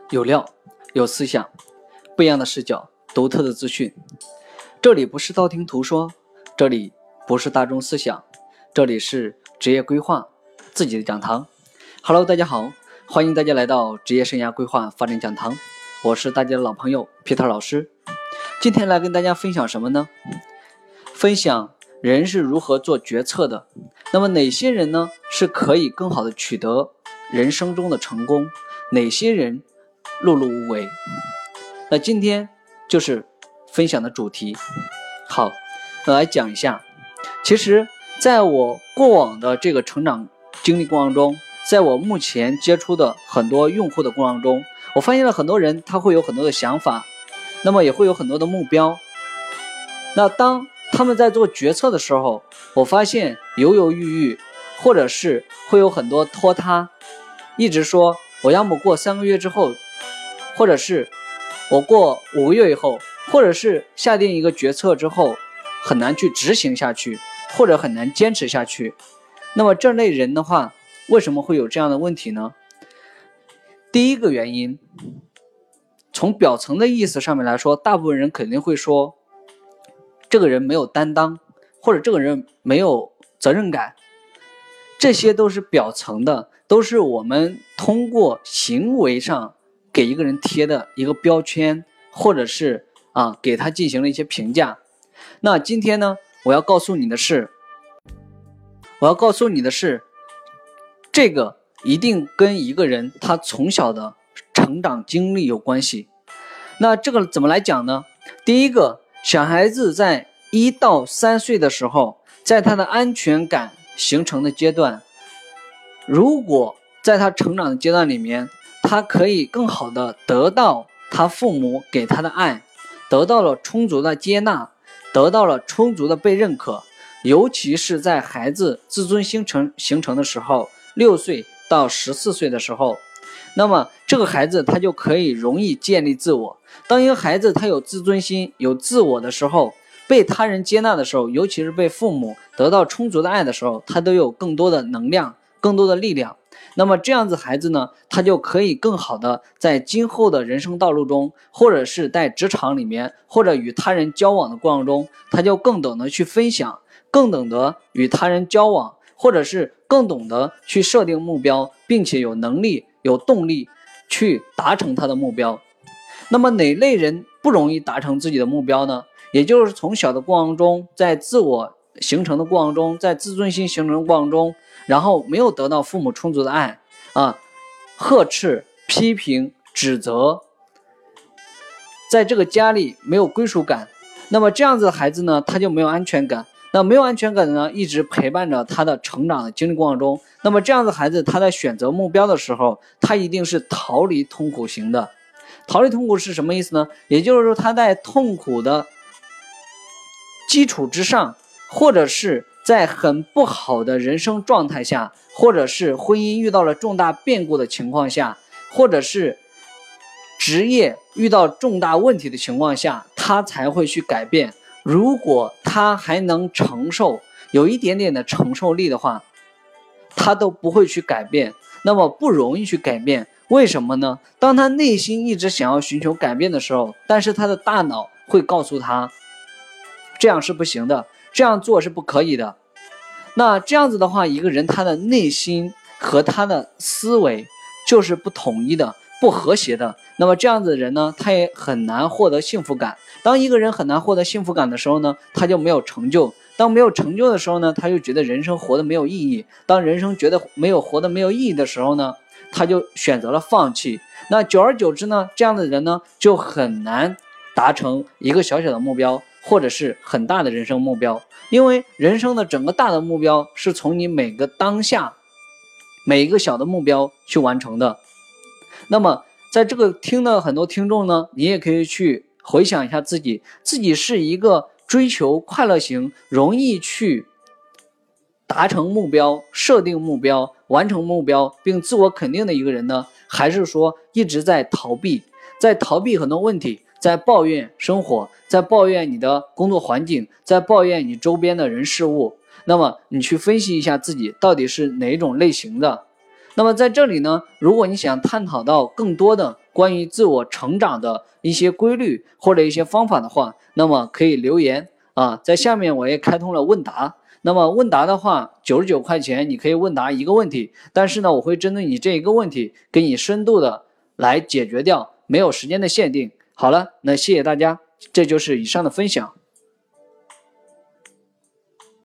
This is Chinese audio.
有料，有思想，不一样的视角，独特的资讯。这里不是道听途说，这里不是大众思想，这里是职业规划自己的讲堂。Hello， 大家好，欢迎大家来到职业生涯规划发展讲堂，我是大家的老朋友 Peter 老师。今天来跟大家分享什么呢？分享人是如何做决策的。那么哪些人呢是可以更好的取得人生中的成功？哪些人碌碌无为？那今天就是分享的主题。好，来讲一下。其实在我过往的这个成长经历过程中，在我目前接触的很多用户的过程中，我发现了很多人他会有很多的想法，那么也会有很多的目标。那当他们在做决策的时候，我发现犹犹豫豫，或者是会有很多拖沓，一直说我要么过3个月之后，或者是我过5个月以后，或者是下定一个决策之后很难去执行下去，或者很难坚持下去。那么这类人的话，为什么会有这样的问题呢？第一个原因，从表层的意思上面来说，大部分人肯定会说这个人没有担当，或者这个人没有责任感，这些都是表层的，都是我们通过行为上给一个人贴的一个标签，或者是给他进行了一些评价。那今天呢，我要告诉你的是，这个一定跟一个人他从小的成长经历有关系。那这个怎么来讲呢？第一个，小孩子在1到3岁的时候，在他的安全感形成的阶段，如果在他成长的阶段里面，他可以更好的得到他父母给他的爱，得到了充足的接纳，得到了充足的被认可，尤其是在孩子自尊形成的时候，6岁到14岁的时候，那么这个孩子他就可以容易建立自我。当一个孩子他有自尊心，有自我的时候，被他人接纳的时候，尤其是被父母得到充足的爱的时候，他都有更多的能量，更多的力量。那么这样子孩子呢，他就可以更好的在今后的人生道路中，或者是在职场里面，或者与他人交往的过程中，他就更懂得去分享，更懂得与他人交往，或者是更懂得去设定目标，并且有能力有动力去达成他的目标。那么哪类人不容易达成自己的目标呢？也就是从小的过程中，在自我形成的过程中，在自尊心形成的过程中，然后没有得到父母充足的爱呵斥、批评、指责，在这个家里没有归属感。那么这样子的孩子呢，他就没有安全感。那没有安全感呢，一直陪伴着他的成长的经历过程中。那么这样子的孩子，他在选择目标的时候，他一定是逃离痛苦型的。逃离痛苦是什么意思呢？也就是说，他在痛苦的基础之上，或者是在很不好的人生状态下，或者是婚姻遇到了重大变故的情况下，或者是职业遇到重大问题的情况下，他才会去改变。如果他还能承受，有一点点的承受力的话，他都不会去改变，那么不容易去改变。为什么呢？当他内心一直想要寻求改变的时候，但是他的大脑会告诉他，这样是不行的，这样做是不可以的。那这样子的话，一个人他的内心和他的思维就是不统一的，不和谐的。那么这样子的人呢，他也很难获得幸福感。当一个人很难获得幸福感的时候呢，他就没有成就。当没有成就的时候呢，他就觉得人生活得没有意义。当人生觉得活得没有意义的时候呢，他就选择了放弃。那久而久之呢，这样的人呢，就很难达成一个小小的目标，或者是很大的人生目标。因为人生的整个大的目标是从你每个当下每一个小的目标去完成的。那么在这个听的很多听众呢，你也可以去回想一下自己是一个追求快乐型，容易去达成目标、设定目标、完成目标并自我肯定的一个人呢，还是说一直在逃避很多问题，在抱怨生活，在抱怨你的工作环境，在抱怨你周边的人事物？那么你去分析一下自己到底是哪一种类型的。那么在这里呢，如果你想探讨到更多的关于自我成长的一些规律或者一些方法的话，那么可以留言啊，在下面我也开通了问答。那么问答的话，99块钱你可以问答一个问题，但是呢，我会针对你这一个问题，给你深度的来解决掉，没有时间的限定。好了，那谢谢大家，这就是以上的分享。